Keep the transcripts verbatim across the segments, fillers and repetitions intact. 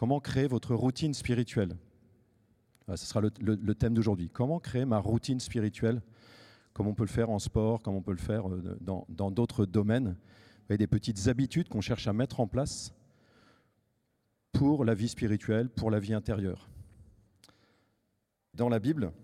Comment créer votre routine spirituelle? Voilà, ce sera le, le, le thème d'aujourd'hui. Comment créer ma routine spirituelle, comme on peut le faire en sport, comme on peut le faire dans, dans d'autres domaines. Vous voyez, des petites habitudes qu'on cherche à mettre en place pour la vie spirituelle, pour la vie intérieure. Dans la Bible,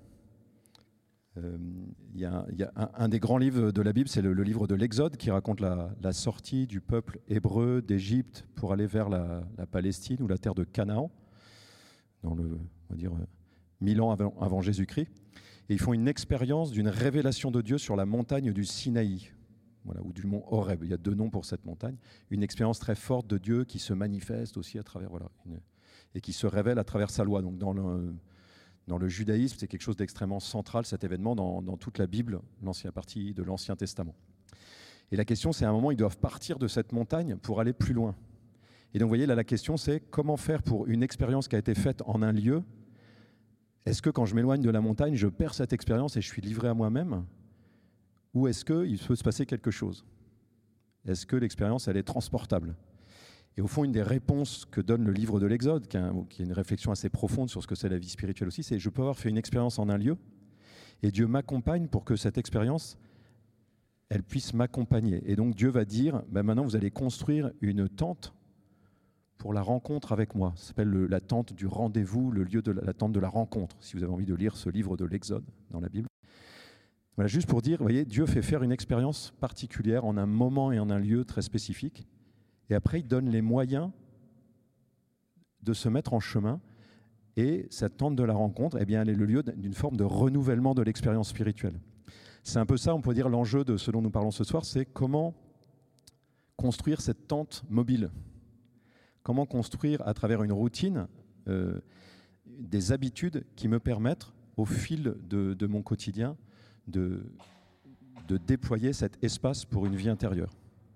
euh, il y a, il y a un, un des grands livres de la Bible, c'est le, le livre de l'Exode, qui raconte la, la sortie du peuple hébreu d'Égypte pour aller vers la, la Palestine ou la terre de Canaan, dans le, on va dire, mille ans avant, avant Jésus-Christ. Et ils font une expérience d'une révélation de Dieu sur la montagne du Sinaï, voilà, ou du mont Horeb. Il y a deux noms pour cette montagne. Une expérience très forte de Dieu qui se manifeste aussi à travers, voilà, une, et qui se révèle à travers sa loi. Donc dans le, dans le judaïsme, c'est quelque chose d'extrêmement central, cet événement, dans, dans toute la Bible, l'ancienne partie de l'Ancien Testament. Et la question, c'est à un moment, ils doivent partir de cette montagne pour aller plus loin. Et donc, vous voyez, là, la question, c'est comment faire pour une expérience qui a été faite en un lieu. Est-ce que quand je m'éloigne de la montagne, je perds cette expérience et je suis livré à moi-même? Ou est-ce qu'il peut se passer quelque chose? Est-ce que l'expérience, elle est transportable? Et au fond, une des réponses que donne le livre de l'Exode, qui est une réflexion assez profonde sur ce que c'est la vie spirituelle aussi, c'est je peux avoir fait une expérience en un lieu, et Dieu m'accompagne pour que cette expérience, elle puisse m'accompagner. Et donc Dieu va dire, ben maintenant vous allez construire une tente pour la rencontre avec moi. Ça s'appelle le, la tente du rendez-vous, le lieu de la, la tente de la rencontre, si vous avez envie de lire ce livre de l'Exode dans la Bible. Voilà, juste pour dire, vous voyez, Dieu fait faire une expérience particulière en un moment et en un lieu très spécifique. Et après, il donne les moyens de se mettre en chemin. Et cette tente de la rencontre, eh bien, elle est le lieu d'une forme de renouvellement de l'expérience spirituelle. C'est un peu ça, on peut dire, l'enjeu de ce dont nous parlons ce soir, c'est comment construire cette tente mobile. Comment construire à travers une routine euh, des habitudes qui me permettent, au fil de, de mon quotidien, de, de déployer cet espace pour une vie intérieure.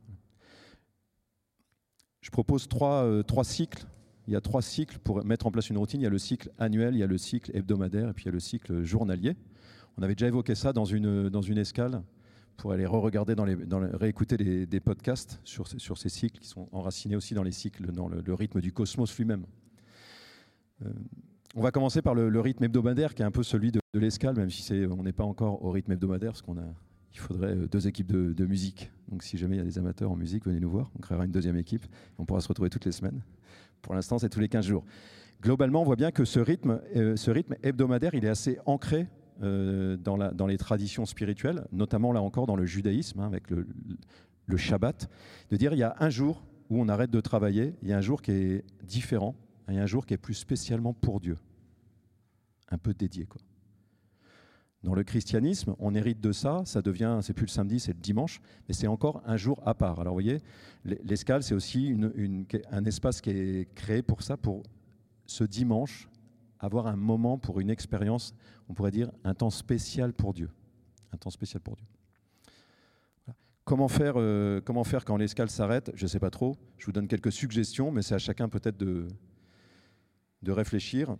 Je propose trois, euh, trois cycles. Il y a trois cycles pour mettre en place une routine. Il y a le cycle annuel, il y a le cycle hebdomadaire et puis il y a le cycle journalier. On avait déjà évoqué ça dans une, dans une escale pour aller re-regarder, dans les, dans les, réécouter les, des podcasts sur, sur ces cycles qui sont enracinés aussi dans les cycles, dans le, le rythme du cosmos lui-même. Euh, on va commencer par le, le rythme hebdomadaire qui est un peu celui de, de l'escale, même si c'est, on n'est pas encore au rythme hebdomadaire parce qu'on a, il faudrait deux équipes de, de musique. Donc si jamais il y a des amateurs en musique, venez nous voir. On créera une deuxième équipe. On pourra se retrouver toutes les semaines. Pour l'instant, c'est tous les quinze jours. Globalement, on voit bien que ce rythme, euh, ce rythme hebdomadaire, il est assez ancré euh, dans, la, dans les traditions spirituelles, notamment là encore dans le judaïsme, hein, avec le, le Shabbat, de dire il y a un jour où on arrête de travailler, il y a un jour qui est différent, il y a un jour qui est plus spécialement pour Dieu, un peu dédié, quoi. Dans le christianisme, on hérite de ça, ça devient, c'est plus le samedi, c'est le dimanche, mais c'est encore un jour à part. Alors vous voyez, l'escale, c'est aussi une, une, un espace qui est créé pour ça, pour ce dimanche, avoir un moment pour une expérience, on pourrait dire un temps spécial pour Dieu. Un temps spécial pour Dieu. Voilà. Comment faire, euh, comment faire quand l'escale s'arrête? Je ne sais pas trop, je vous donne quelques suggestions, mais c'est à chacun peut-être de, de réfléchir.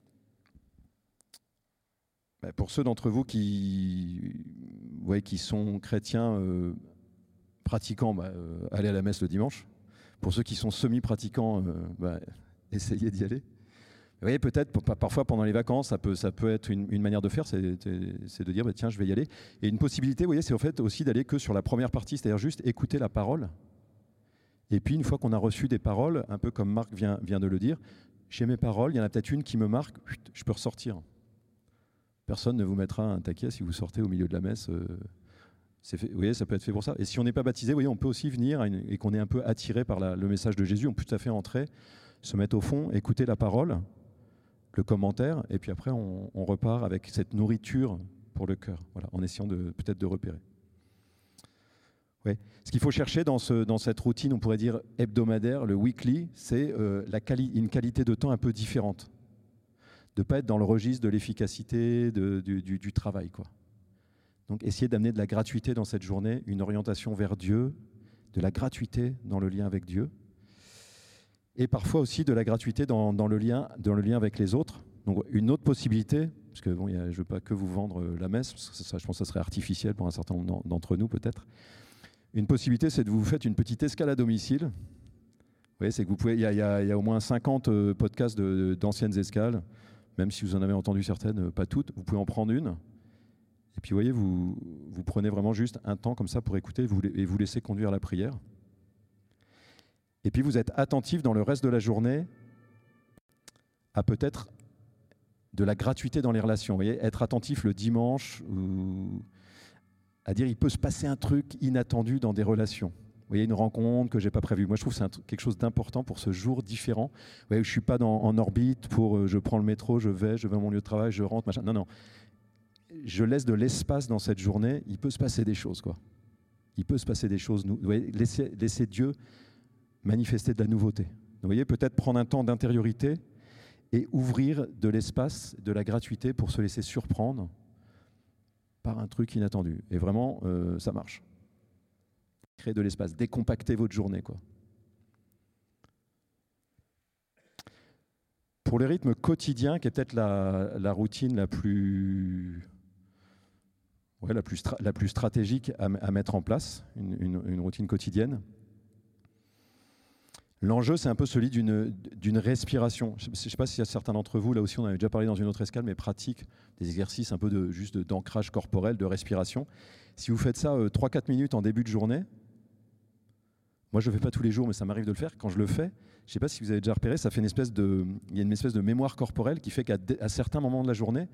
Pour ceux d'entre vous qui, ouais, qui sont chrétiens euh, pratiquants, bah, euh, allez à la messe le dimanche. Pour ceux qui sont semi-pratiquants, euh, bah, essayez d'y aller. Vous voyez, peut-être, parfois pendant les vacances, ça peut, ça peut être une, une manière de faire, c'est, c'est de dire, bah, tiens, je vais y aller. Et une possibilité, vous voyez, c'est au fait aussi d'aller que sur la première partie, c'est-à-dire juste écouter la parole. Et puis, une fois qu'on a reçu des paroles, un peu comme Marc vient, vient de le dire, j'ai mes paroles, il y en a peut-être une qui me marque, je peux ressortir. Personne ne vous mettra un taquet si vous sortez au milieu de la messe. Euh, c'est fait, vous voyez, ça peut être fait pour ça. Et si on n'est pas baptisé, vous voyez, on peut aussi venir une, et qu'on est un peu attiré par la, le message de Jésus, on peut tout à fait entrer, se mettre au fond, écouter la parole, le commentaire, et puis après on, on repart avec cette nourriture pour le cœur, voilà, en essayant de, peut-être de repérer. Ouais. Ce qu'il faut chercher dans, ce, dans cette routine, on pourrait dire hebdomadaire, le weekly, c'est euh, la quali- une qualité de temps un peu différente. De ne pas être dans le registre de l'efficacité, de, du, du, du travail, quoi. Donc, essayer d'amener de la gratuité dans cette journée, une orientation vers Dieu, de la gratuité dans le lien avec Dieu, et parfois aussi de la gratuité dans, dans, le, lien, dans le lien avec les autres. Donc, une autre possibilité, parce que bon, y a, je ne veux pas que vous vendre la messe, parce que ça, je pense que ça serait artificiel pour un certain nombre d'entre nous, peut-être. Une possibilité, c'est de vous faire une petite escale à domicile. voyez, c'est que vous pouvez, il y a, il y a, il y a au moins cinquante euh, podcasts de, d'anciennes escales, même si vous en avez entendu certaines, euh, pas toutes, vous pouvez en prendre une. Et puis, vous voyez, vous, vous prenez vraiment juste un temps comme ça pour écouter et vous, et vous laissez conduire la prière. Et puis, vous êtes attentif dans le reste de la journée à peut-être de la gratuité dans les relations. Vous voyez, être attentif le dimanche, ou à dire il peut se passer un truc inattendu dans des relations. Vous voyez, une rencontre que je n'ai pas prévue. Moi, je trouve que c'est un truc, quelque chose d'important pour ce jour différent. Vous voyez, je ne suis pas dans, en orbite pour euh, je prends le métro, je vais, je vais à mon lieu de travail, je rentre, machin. Non, non. Je laisse de l'espace dans cette journée. Il peut se passer des choses, quoi. Il peut se passer des choses. Vous voyez, laissez, laissez Dieu manifester de la nouveauté. Vous voyez, peut-être prendre un temps d'intériorité et ouvrir de l'espace, de la gratuité pour se laisser surprendre par un truc inattendu. Et vraiment, euh, ça marche. Créer de l'espace, décompacter votre journée, quoi. Pour le rythme quotidien, qui est peut-être la, la routine la plus, ouais, la plus, la plus stratégique à, à mettre en place, une, une, une routine quotidienne, l'enjeu, c'est un peu celui d'une, d'une respiration. Je ne sais pas s'il y a certains d'entre vous, là aussi on avait déjà parlé dans une autre escale, mais pratiquent des exercices un peu de, juste d'ancrage corporel, de respiration. Si vous faites ça euh, trois à quatre minutes en début de journée, moi je ne le fais pas tous les jours, mais ça m'arrive de le faire. Quand je le fais, je ne sais pas si vous avez déjà repéré, ça fait une espèce de, il y a une espèce de mémoire corporelle qui fait qu'à à certains moments de la journée,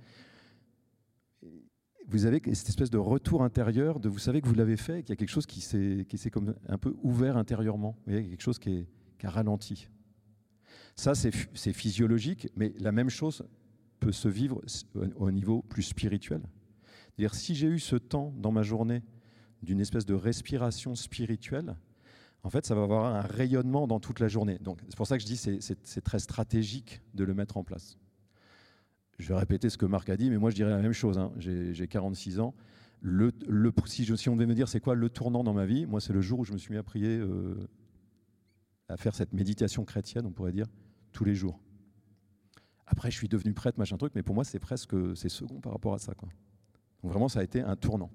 vous avez cette espèce de retour intérieur, de vous savez que vous l'avez fait, qu'il y a quelque chose qui s'est, qui s'est comme un peu ouvert intérieurement. Vous voyez, quelque chose qui est qui a ralenti. Ça, c'est, c'est physiologique, mais la même chose peut se vivre au niveau plus spirituel. C'est-à-dire, si j'ai eu ce temps dans ma journée d'une espèce de respiration spirituelle, en fait, ça va avoir un rayonnement dans toute la journée. Donc, c'est pour ça que je dis que c'est, c'est, c'est très stratégique de le mettre en place. Je vais répéter ce que Marc a dit, mais moi, je dirais la même chose. Hein. J'ai, j'ai quarante-six ans. Le, le, si, je, si on devait me dire c'est quoi le tournant dans ma vie, moi, c'est le jour où je me suis mis à prier... Euh, à faire cette méditation chrétienne, on pourrait dire, tous les jours. Après, je suis devenu prêtre, machin truc, mais pour moi, c'est presque, c'est second par rapport à ça, quoi. Donc vraiment, ça a été un tournant.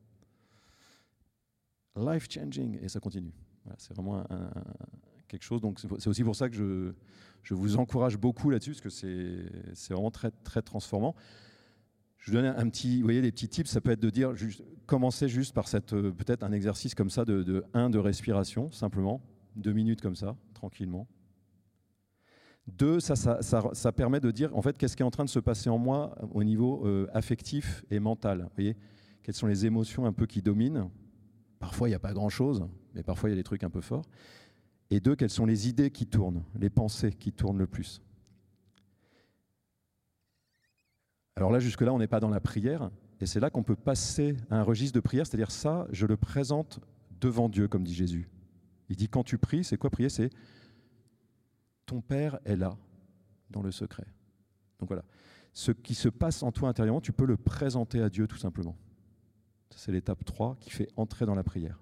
Life changing, et ça continue. Voilà, c'est vraiment un, un, quelque chose, donc c'est aussi pour ça que je, je vous encourage beaucoup là-dessus, parce que c'est, c'est vraiment très, très transformant. Je vous donne un petit, vous voyez, des petits tips, ça peut être de dire, juste, commencez juste par cette, peut-être un exercice comme ça, de, de un, de respiration, simplement, deux minutes comme ça, tranquillement. Deux, ça, ça, ça, ça permet de dire, en fait, qu'est-ce qui est en train de se passer en moi au niveau euh, affectif et mental. Vous voyez, quelles sont les émotions un peu qui dominent. Parfois, il n'y a pas grand-chose, mais parfois, il y a des trucs un peu forts. Et deux, quelles sont les idées qui tournent, les pensées qui tournent le plus. Alors là, jusque-là, on n'est pas dans la prière, et c'est là qu'on peut passer à un registre de prière, c'est-à-dire ça, je le présente devant Dieu, comme dit Jésus. Il dit, quand tu pries, c'est quoi prier? C'est ton Père est là, dans le secret. Donc voilà. Ce qui se passe en toi intérieurement, tu peux le présenter à Dieu tout simplement. Ça, c'est l'étape trois qui fait entrer dans la prière.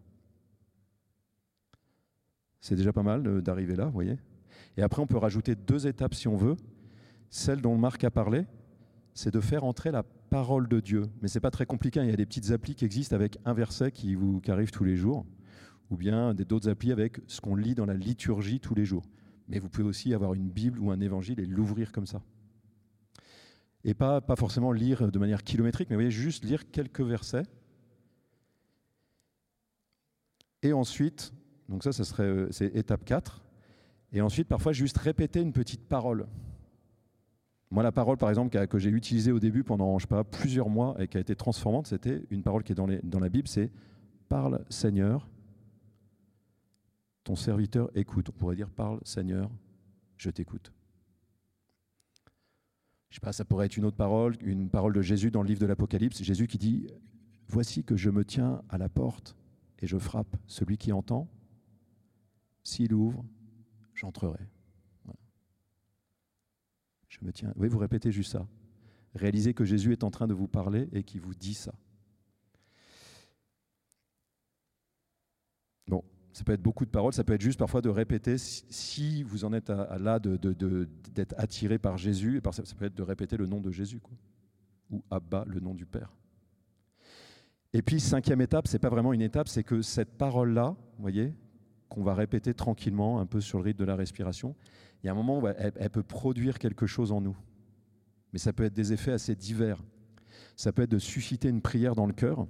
C'est déjà pas mal d'arriver là, vous voyez. Et après, on peut rajouter deux étapes si on veut. Celle dont Marc a parlé, c'est de faire entrer la parole de Dieu. Mais ce n'est pas très compliqué, il y a des petites applis qui existent avec un verset qui, vous, qui arrive tous les jours, ou bien d'autres applis avec ce qu'on lit dans la liturgie tous les jours. Mais vous pouvez aussi avoir une Bible ou un évangile et l'ouvrir comme ça. Et pas, pas forcément lire de manière kilométrique, mais vous voyez, juste lire quelques versets. Et ensuite, donc ça, ça serait, c'est étape quatre. Et ensuite, parfois, juste répéter une petite parole. Moi, la parole, par exemple, que j'ai utilisée au début pendant, je sais pas, plusieurs mois et qui a été transformante, c'était une parole qui est dans, les, dans la Bible, c'est « Parle, Seigneur, ton serviteur écoute ». On pourrait dire « Parle, Seigneur, je t'écoute ». Je sais pas, ça pourrait être une autre parole, une parole de Jésus dans le livre de l'Apocalypse. Jésus qui dit « Voici que je me tiens à la porte et je frappe. Celui qui entend, s'il ouvre, j'entrerai. » Voilà. Je me tiens. Oui, vous répétez juste ça. Réalisez que Jésus est en train de vous parler et qu'il vous dit ça. Bon, ça peut être beaucoup de paroles, ça peut être juste parfois de répéter, si vous en êtes à, à là de, de, de, d'être attiré par Jésus, et par ça, ça peut être de répéter le nom de Jésus, quoi. Ou Abba, le nom du Père. Et puis, cinquième étape, ce n'est pas vraiment une étape, c'est que cette parole-là, vous voyez, qu'on va répéter tranquillement, un peu sur le rythme de la respiration. Il y a un moment où elle, elle peut produire quelque chose en nous. Mais ça peut être des effets assez divers. Ça peut être de susciter une prière dans le cœur,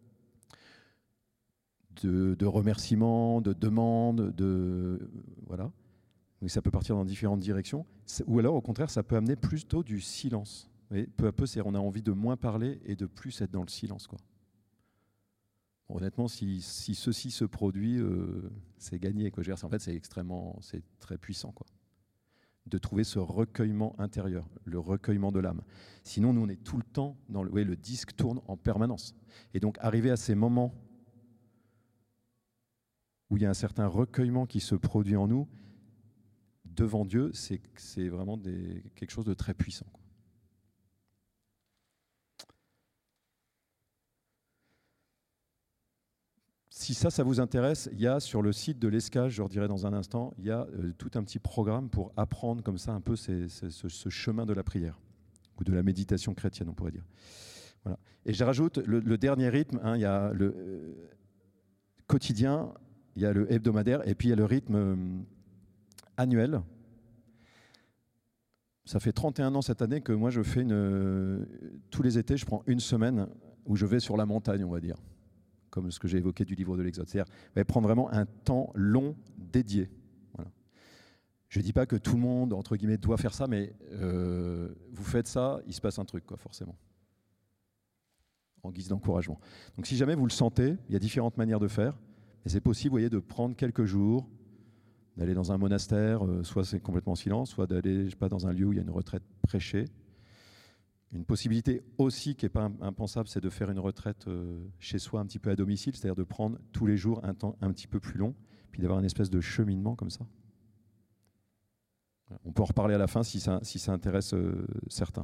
de, de remerciements, de demandes, de, voilà. Mais ça peut partir dans différentes directions. Ou alors, au contraire, ça peut amener plutôt du silence. Vous voyez, peu à peu, c'est, on a envie de moins parler et de plus être dans le silence, quoi. Bon, honnêtement, si, si ceci se produit, euh, c'est gagné, quoi. Je veux dire, en fait, c'est extrêmement, c'est très puissant, quoi. De trouver ce recueillement intérieur, le recueillement de l'âme. Sinon, nous, on est tout le temps dans le... Oui, le disque tourne en permanence. Et donc, arriver à ces moments où il y a un certain recueillement qui se produit en nous, devant Dieu, c'est, c'est vraiment des, quelque chose de très puissant, quoi. Si ça, ça vous intéresse, il y a sur le site de l'E S C A, je leur dirai dans un instant, il y a euh, tout un petit programme pour apprendre comme ça un peu ces, ces, ce, ce chemin de la prière, ou de la méditation chrétienne, on pourrait dire. Voilà. Et je rajoute le, le dernier rythme, hein, il y a le euh, quotidien, il y a le hebdomadaire, et puis il y a le rythme euh, annuel. Ça fait trente et un ans cette année que moi je fais une... Euh, tous les étés, je prends une semaine où je vais sur la montagne, on va dire, comme ce que j'ai évoqué du livre de l'Exode. C'est-à-dire ouais, prendre vraiment un temps long dédié. Voilà. Je ne dis pas que tout le monde, entre guillemets, doit faire ça, mais euh, vous faites ça, il se passe un truc, quoi, forcément, en guise d'encouragement. Donc si jamais vous le sentez, il y a différentes manières de faire, et c'est possible, vous voyez, de prendre quelques jours, d'aller dans un monastère, euh, soit c'est complètement en silence, soit d'aller, je sais pas, dans un lieu où il y a une retraite prêchée. Une possibilité aussi qui n'est pas impensable, c'est de faire une retraite euh, chez soi, un petit peu à domicile, c'est-à-dire de prendre tous les jours un temps un petit peu plus long, puis d'avoir une espèce de cheminement comme ça. On peut en reparler à la fin si ça, si ça intéresse euh, certains.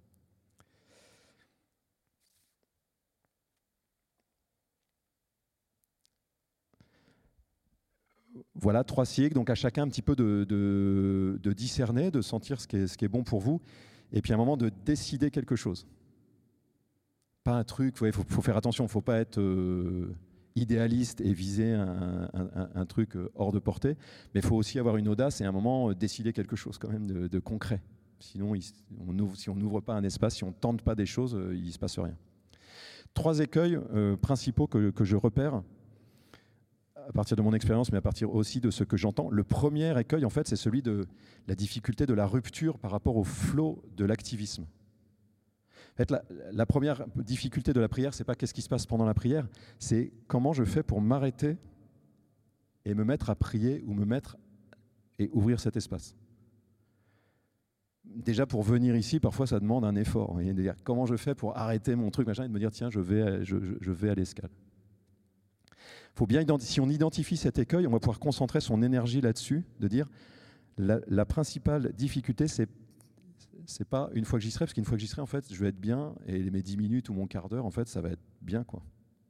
Voilà, trois siècles, donc à chacun un petit peu de, de, de discerner, de sentir ce qui est, ce qui est bon pour vous, et puis à un moment de décider quelque chose. Pas un truc, il faut, faut faire attention, il ne faut pas être euh, idéaliste et viser un, un, un, un truc hors de portée, mais il faut aussi avoir une audace et à un moment décider quelque chose quand même de, de concret. Sinon, il, on ouvre, si on n'ouvre pas un espace, si on ne tente pas des choses, il ne se passe rien. Trois écueils euh, principaux que, que je repère à partir de mon expérience, mais à partir aussi de ce que j'entends. Le premier écueil, en fait, c'est celui de la difficulté de la rupture par rapport au flot de l'activisme. En fait, la, la première difficulté de la prière, c'est pas qu'est-ce qui se passe pendant la prière, c'est comment je fais pour m'arrêter et me mettre à prier ou me mettre et ouvrir cet espace. Déjà, pour venir ici, parfois, ça demande un effort. Vous voyez, de dire comment je fais pour arrêter mon truc, machin, et de me dire tiens, je vais, je, je, je vais à l'escale. Faut bien identifier, si on identifie cet écueil, on va pouvoir concentrer son énergie là-dessus, de dire la, la principale difficulté, c'est c'est pas une fois que j'y serai, parce qu'une fois que j'y serai, en fait, je vais être bien, et mes dix minutes ou mon quart d'heure, en fait, ça va être bien, quoi.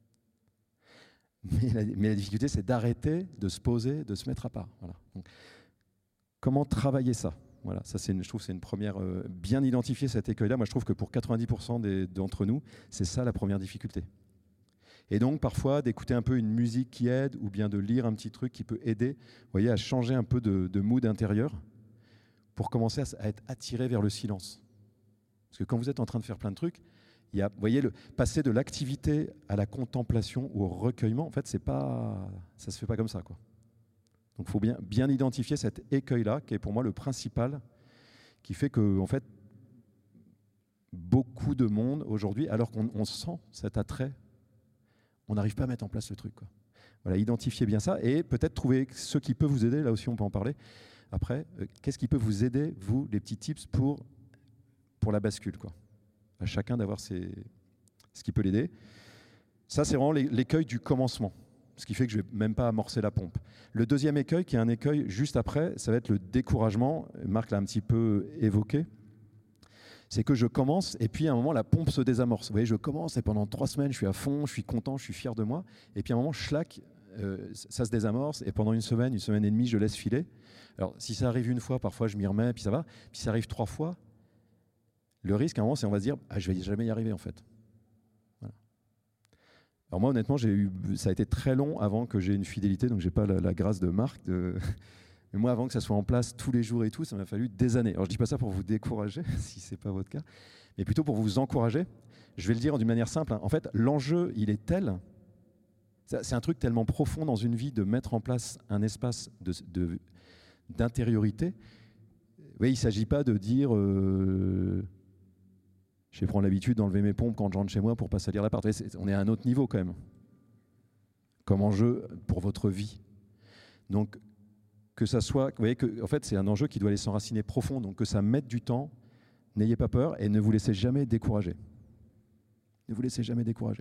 Mais la, mais la difficulté, c'est d'arrêter, de se poser, de se mettre à part. Voilà. Donc, comment travailler ça ? Voilà, ça c'est une, je trouve que c'est une première, euh, bien identifier cet écueil-là. Moi, je trouve que pour quatre-vingt-dix pour cent des, d'entre nous, c'est ça la première difficulté. Et donc, parfois, d'écouter un peu une musique qui aide, ou bien de lire un petit truc qui peut aider, vous voyez, à changer un peu de, de mood intérieur, pour commencer à être attiré vers le silence. Parce que quand vous êtes en train de faire plein de trucs, il y a, vous voyez, le, passer de l'activité à la contemplation ou au recueillement, en fait, c'est pas, ça ne se fait pas comme ça, quoi. Donc il faut bien, bien identifier cet écueil-là, qui est pour moi le principal, qui fait que, en fait, beaucoup de monde aujourd'hui, alors qu'on on sent cet attrait, on n'arrive pas à mettre en place le truc, quoi. Voilà, identifiez bien ça et peut-être trouver ce qui peut vous aider, là aussi on peut en parler. Après, euh, qu'est-ce qui peut vous aider, vous, les petits tips pour, pour la bascule, quoi. À chacun d'avoir ses, ce qui peut l'aider. Ça, c'est vraiment l'écueil du commencement, ce qui fait que je ne vais même pas amorcer la pompe. Le deuxième écueil, qui est un écueil juste après, ça va être le découragement. Marc l'a un petit peu évoqué. C'est que je commence et puis à un moment, la pompe se désamorce. Vous voyez, je commence et pendant trois semaines, je suis à fond, je suis content, je suis fier de moi. Et puis à un moment, schlac, euh, ça se désamorce et pendant une semaine, une semaine et demie, je laisse filer. Alors, si ça arrive une fois, parfois, je m'y remets, puis ça va. Puis ça arrive trois fois. Le risque, à un moment, c'est qu'on va se dire ah, « je vais jamais y arriver, en fait. » Voilà. Alors moi, honnêtement, j'ai eu, ça a été très long avant que j'ai une fidélité, donc j'ai pas la, la grâce de Marc. De... Mais moi, avant que ça soit en place tous les jours et tout, ça m'a fallu des années. Alors je dis pas ça pour vous décourager, si c'est pas votre cas, mais plutôt pour vous encourager. Je vais le dire d'une manière simple. Hein. En fait, l'enjeu, il est tel, c'est un truc tellement profond dans une vie de mettre en place un espace de, de, d'intériorité. Oui, il ne s'agit pas de dire euh, je vais prendre l'habitude d'enlever mes pompes quand je rentre chez moi pour pas salir l'appart. On est à un autre niveau quand même, comme enjeu pour votre vie. Donc, que ça soit, vous voyez que, en fait, c'est un enjeu qui doit aller s'enraciner profond, donc que ça mette du temps, n'ayez pas peur et ne vous laissez jamais décourager. Ne vous laissez jamais décourager.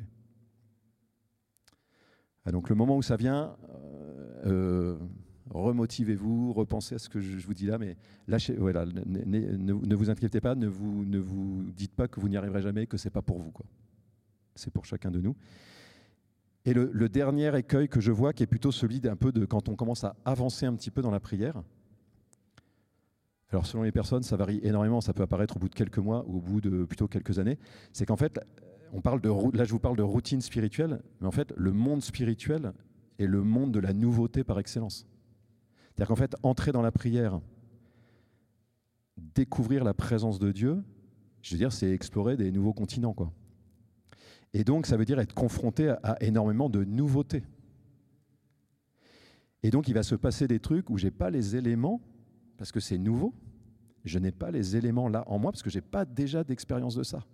Ah, donc le moment où ça vient, euh, euh, remotivez-vous, repensez à ce que je, je vous dis là, mais lâchez, voilà, ne, ne, ne vous inquiétez pas, ne vous, ne vous dites pas que vous n'y arriverez jamais, que ce n'est pas pour vous, quoi. C'est pour chacun de nous. Et le, le dernier écueil que je vois, qui est plutôt celui d'un peu de quand on commence à avancer un petit peu dans la prière. Alors selon les personnes, ça varie énormément, ça peut apparaître au bout de quelques mois ou au bout de plutôt quelques années. C'est qu'en fait, on parle de, là je vous parle de routine spirituelle, mais en fait le monde spirituel est le monde de la nouveauté par excellence. C'est-à-dire qu'en fait, entrer dans la prière, découvrir la présence de Dieu, je veux dire, c'est explorer des nouveaux continents, quoi. Et donc, ça veut dire être confronté à, à énormément de nouveautés. Et donc, il va se passer des trucs où je n'ai pas les éléments, parce que c'est nouveau, je n'ai pas les éléments là en moi, parce que je n'ai pas déjà d'expérience de ça.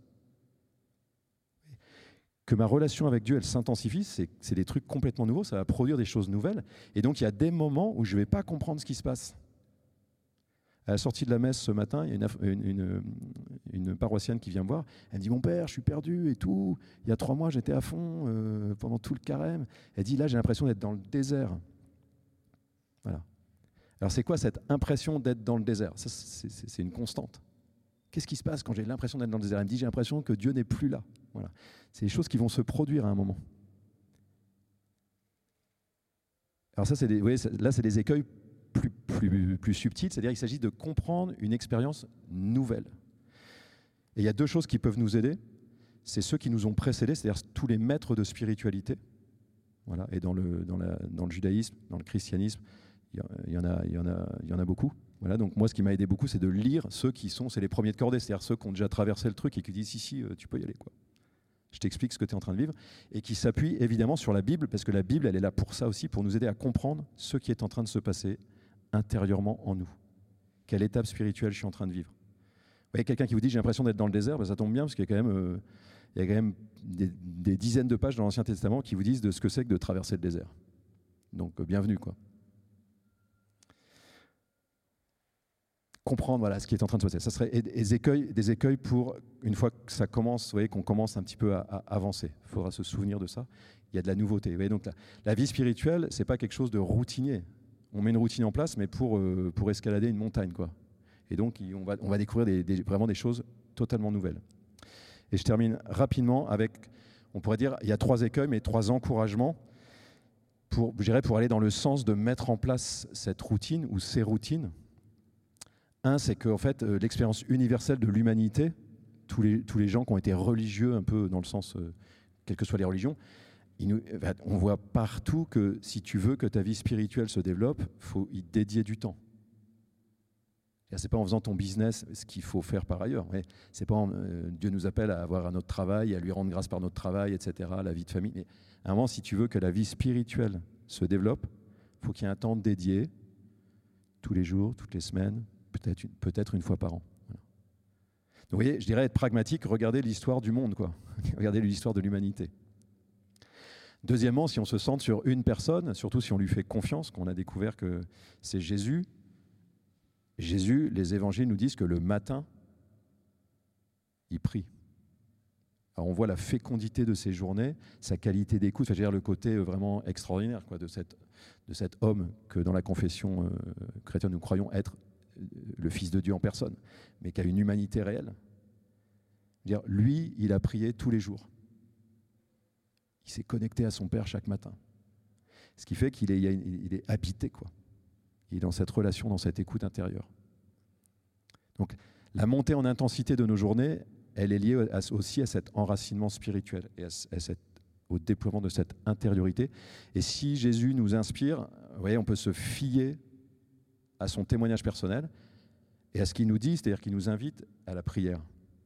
Que ma relation avec Dieu, elle s'intensifie, c'est, c'est des trucs complètement nouveaux, ça va produire des choses nouvelles. Et donc, il y a des moments où je ne vais pas comprendre ce qui se passe. À la sortie de la messe ce matin, il y a une, une, une, une paroissienne qui vient me voir. Elle me dit « Mon père, je suis perdu et tout. Il y a trois mois, j'étais à fond euh, pendant tout le carême. » Elle dit « Là, j'ai l'impression d'être dans le désert. » Voilà. Alors, c'est quoi cette impression d'être dans le désert ? Ça, c'est, c'est, c'est une constante. Qu'est-ce qui se passe quand j'ai l'impression d'être dans le désert ? Elle me dit « J'ai l'impression que Dieu n'est plus là. » Voilà. C'est des choses qui vont se produire à un moment. Alors ça, c'est des, vous voyez, là, c'est des écueils plus, plus, plus subtils, c'est-à-dire qu'il s'agit de comprendre une expérience nouvelle. Et il y a deux choses qui peuvent nous aider. C'est ceux qui nous ont précédés, c'est-à-dire tous les maîtres de spiritualité. Voilà. Et dans le, dans, la, dans le judaïsme, dans le christianisme, il y en a, il y en a, il y en a beaucoup. Voilà, donc moi, ce qui m'a aidé beaucoup, c'est de lire ceux qui sont, c'est les premiers de cordée, c'est-à-dire ceux qui ont déjà traversé le truc et qui disent si, si, tu peux y aller, quoi. Je t'explique ce que tu es en train de vivre, et qui s'appuie évidemment sur la Bible, parce que la Bible, elle est là pour ça aussi, pour nous aider à comprendre ce qui est en train de se passer intérieurement en nous. Quelle étape spirituelle je suis en train de vivre. Vous voyez, quelqu'un qui vous dit « j'ai l'impression d'être dans le désert ben, », ça tombe bien, parce qu'il y a quand même, euh, il y a quand même des, des dizaines de pages dans l'Ancien Testament qui vous disent de ce que c'est que de traverser le désert. Donc, euh, bienvenue, quoi. Comprendre voilà, ce qui est en train de se passer. Ça serait des écueils, des écueils pour, une fois que ça commence, vous voyez, qu'on commence un petit peu à, à avancer. Il faudra se souvenir de ça. Il y a de la nouveauté. Vous voyez, donc la, la vie spirituelle, ce n'est pas quelque chose de routinier. On met une routine en place, mais pour, euh, pour escalader une montagne, quoi. Et donc, on va, on va découvrir des, des, vraiment des choses totalement nouvelles. Et je termine rapidement avec, on pourrait dire, il y a trois écueils, mais trois encouragements pour, je dirais, pour aller dans le sens de mettre en place cette routine ou ces routines. Un, c'est que en fait, euh, l'expérience universelle de l'humanité, tous les, tous les gens qui ont été religieux, un peu dans le sens, euh, quelles que soient les religions, ils nous, on voit partout que si tu veux que ta vie spirituelle se développe, il faut y dédier du temps. Ce n'est pas en faisant ton business ce qu'il faut faire par ailleurs. Mais c'est pas en, euh, Dieu nous appelle à avoir un autre travail, à lui rendre grâce par notre travail, et cetera, la vie de famille. Mais à un moment, si tu veux que la vie spirituelle se développe, il faut qu'il y ait un temps dédié, tous les jours, toutes les semaines, peut-être une, peut-être une fois par an. Voilà. Donc vous voyez, je dirais être pragmatique, regardez l'histoire du monde, quoi. Regardez l'histoire de l'humanité. Deuxièmement, si on se centre sur une personne, surtout si on lui fait confiance, qu'on a découvert que c'est Jésus, Jésus, les évangiles nous disent que le matin, il prie. Alors on voit la fécondité de ses journées, sa qualité d'écoute, c'est-à-dire le côté vraiment extraordinaire, quoi, de, cette, de cet homme que dans la confession euh, chrétienne nous croyons être le Fils de Dieu en personne, mais qui a une humanité réelle. Dire, lui, il a prié tous les jours. Il s'est connecté à son Père chaque matin. Ce qui fait qu'il est, il est habité, quoi. Il est dans cette relation, dans cette écoute intérieure. Donc, la montée en intensité de nos journées, elle est liée à, aussi à cet enracinement spirituel et à, à cette au déploiement de cette intériorité. Et si Jésus nous inspire, vous voyez, on peut se fier à son témoignage personnel et à ce qu'il nous dit, c'est-à-dire qu'il nous invite à la prière.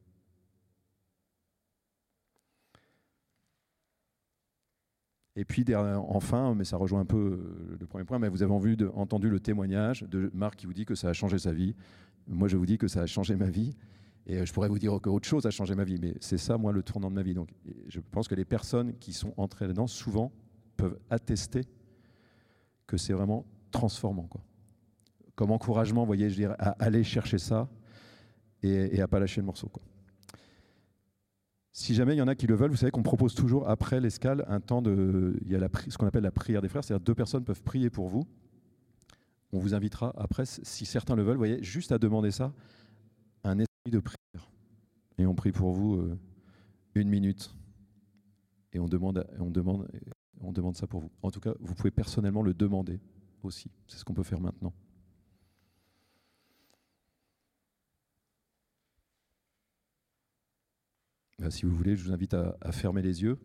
Et puis enfin, mais ça rejoint un peu le premier point, mais vous avez vu, de, entendu le témoignage de Marc qui vous dit que ça a changé sa vie. Moi, je vous dis que ça a changé ma vie. Et je pourrais vous dire qu'autre chose a changé ma vie, mais c'est ça, moi, le tournant de ma vie. Donc, je pense que les personnes qui sont entrées là-dedans, souvent, peuvent attester que c'est vraiment transformant, quoi. Comme encouragement, vous voyez, je dirais, à aller chercher ça et, et à ne pas lâcher le morceau, quoi. Si jamais il y en a qui le veulent, vous savez qu'on propose toujours après l'escale un temps de... Il y a la, ce qu'on appelle la prière des frères, c'est-à-dire deux personnes peuvent prier pour vous. On vous invitera après, si certains le veulent, vous voyez, juste à demander ça, un esprit de prière. Et on prie pour vous euh, une minute. Et on demande, on, demande, on demande ça pour vous. En tout cas, vous pouvez personnellement le demander aussi. C'est ce qu'on peut faire maintenant. Ben, si vous voulez, je vous invite à, à fermer les yeux.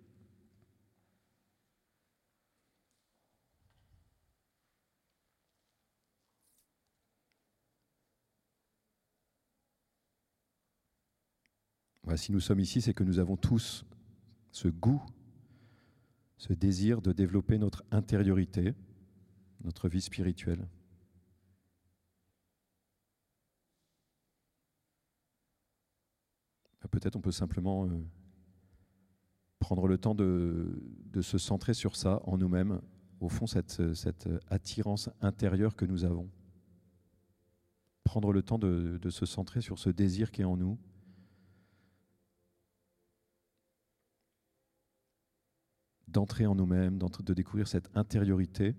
Ben, si nous sommes ici, c'est que nous avons tous ce goût, ce désir de développer notre intériorité, notre vie spirituelle. Ben, peut-être on peut simplement euh, prendre le temps de, de se centrer sur ça en nous-mêmes, au fond, cette, cette attirance intérieure que nous avons. Prendre le temps de, de se centrer sur ce désir qui est en nous. D'entrer en nous-mêmes, de découvrir cette intériorité.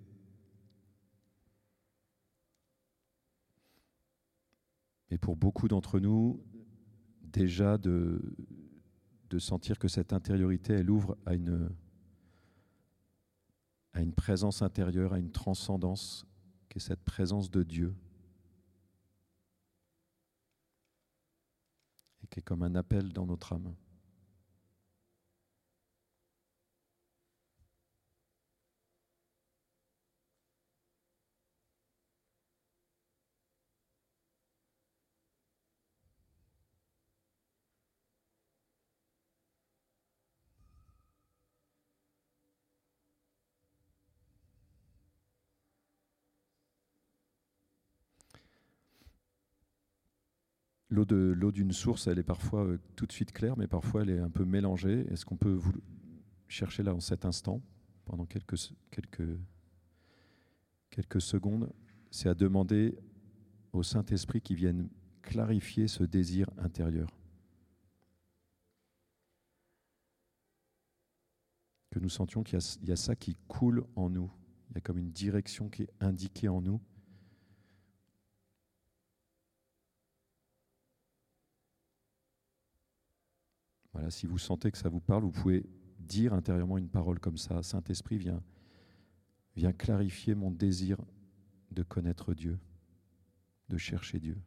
Et pour beaucoup d'entre nous, déjà de, de sentir que cette intériorité, elle ouvre à une, à une présence intérieure, à une transcendance, qui est cette présence de Dieu. Et qui est comme un appel dans notre âme. L'eau de, l'eau d'une source, elle est parfois euh, tout de suite claire, mais parfois elle est un peu mélangée. Est-ce qu'on peut vous chercher là en cet instant, pendant quelques, quelques, quelques secondes, c'est à demander au Saint-Esprit qui vienne clarifier ce désir intérieur. Que nous sentions qu'il y a, il y a ça qui coule en nous. Il y a comme une direction qui est indiquée en nous. Voilà, si vous sentez que ça vous parle, vous pouvez dire intérieurement une parole comme ça. Saint-Esprit, viens, viens clarifier mon désir de connaître Dieu, de chercher Dieu.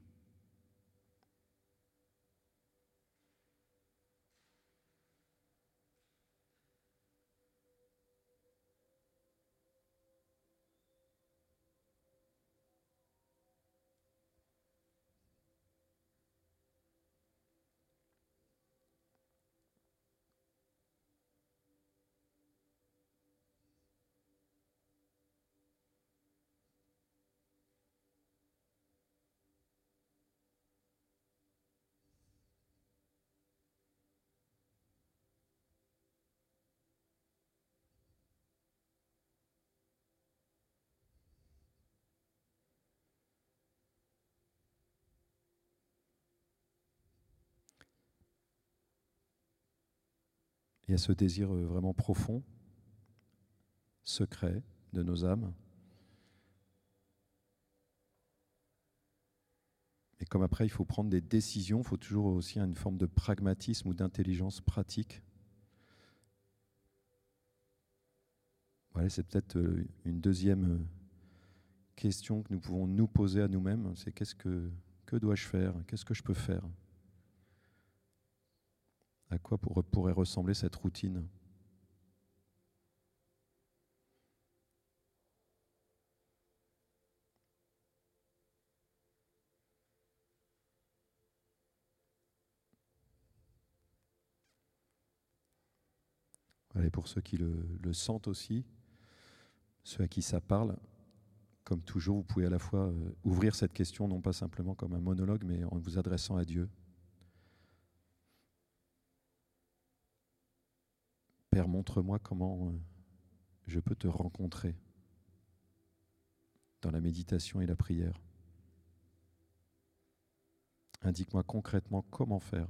Il y a ce désir vraiment profond, secret de nos âmes. Et comme après, il faut prendre des décisions, il faut toujours aussi une forme de pragmatisme ou d'intelligence pratique. Voilà, c'est peut-être une deuxième question que nous pouvons nous poser à nous-mêmes, c'est qu'est-ce que, que dois-je faire? Qu'est-ce que je peux faire? À quoi pourrait ressembler cette routine? Voilà, et pour ceux qui le, le sentent aussi, ceux à qui ça parle, comme toujours, vous pouvez à la fois euh, ouvrir cette question, non pas simplement comme un monologue, mais en vous adressant à Dieu. Père, montre-moi comment euh, je peux te rencontrer dans la méditation et la prière. Indique-moi concrètement comment faire.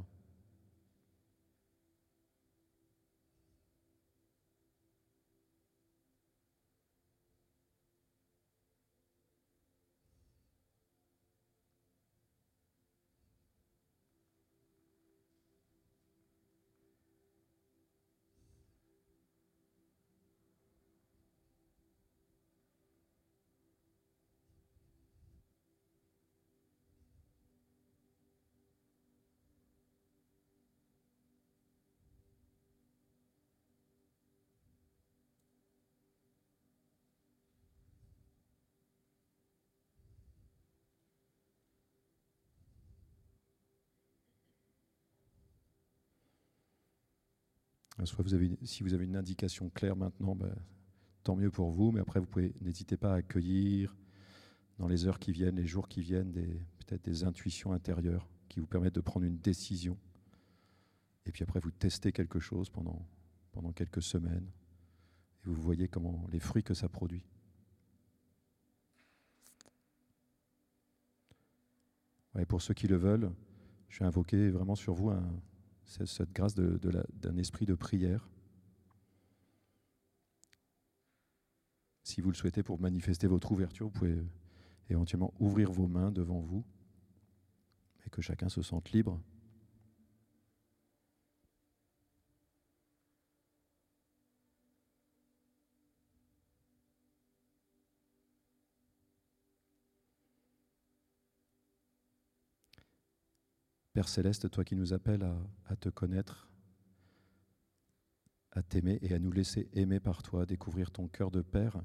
Soit vous avez, si vous avez une indication claire maintenant, ben, tant mieux pour vous, mais après vous pouvez, n'hésitez pas à accueillir dans les heures qui viennent, les jours qui viennent, des, peut-être des intuitions intérieures qui vous permettent de prendre une décision. Et puis après vous testez quelque chose pendant, pendant quelques semaines et vous voyez comment les fruits que ça produit. Ouais, pour ceux qui le veulent, je vais invoquer vraiment sur vous un, cette grâce de, de la, d'un esprit de prière. Si vous le souhaitez, pour manifester votre ouverture, vous pouvez éventuellement ouvrir vos mains devant vous et que chacun se sente libre. Père Céleste, toi qui nous appelles à, à te connaître, à t'aimer et à nous laisser aimer par toi, découvrir ton cœur de Père,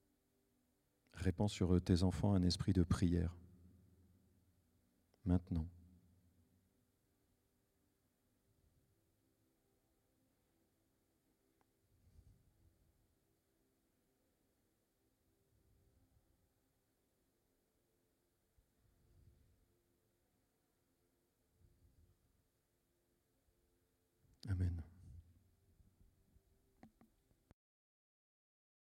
répands sur tes enfants un esprit de prière, maintenant.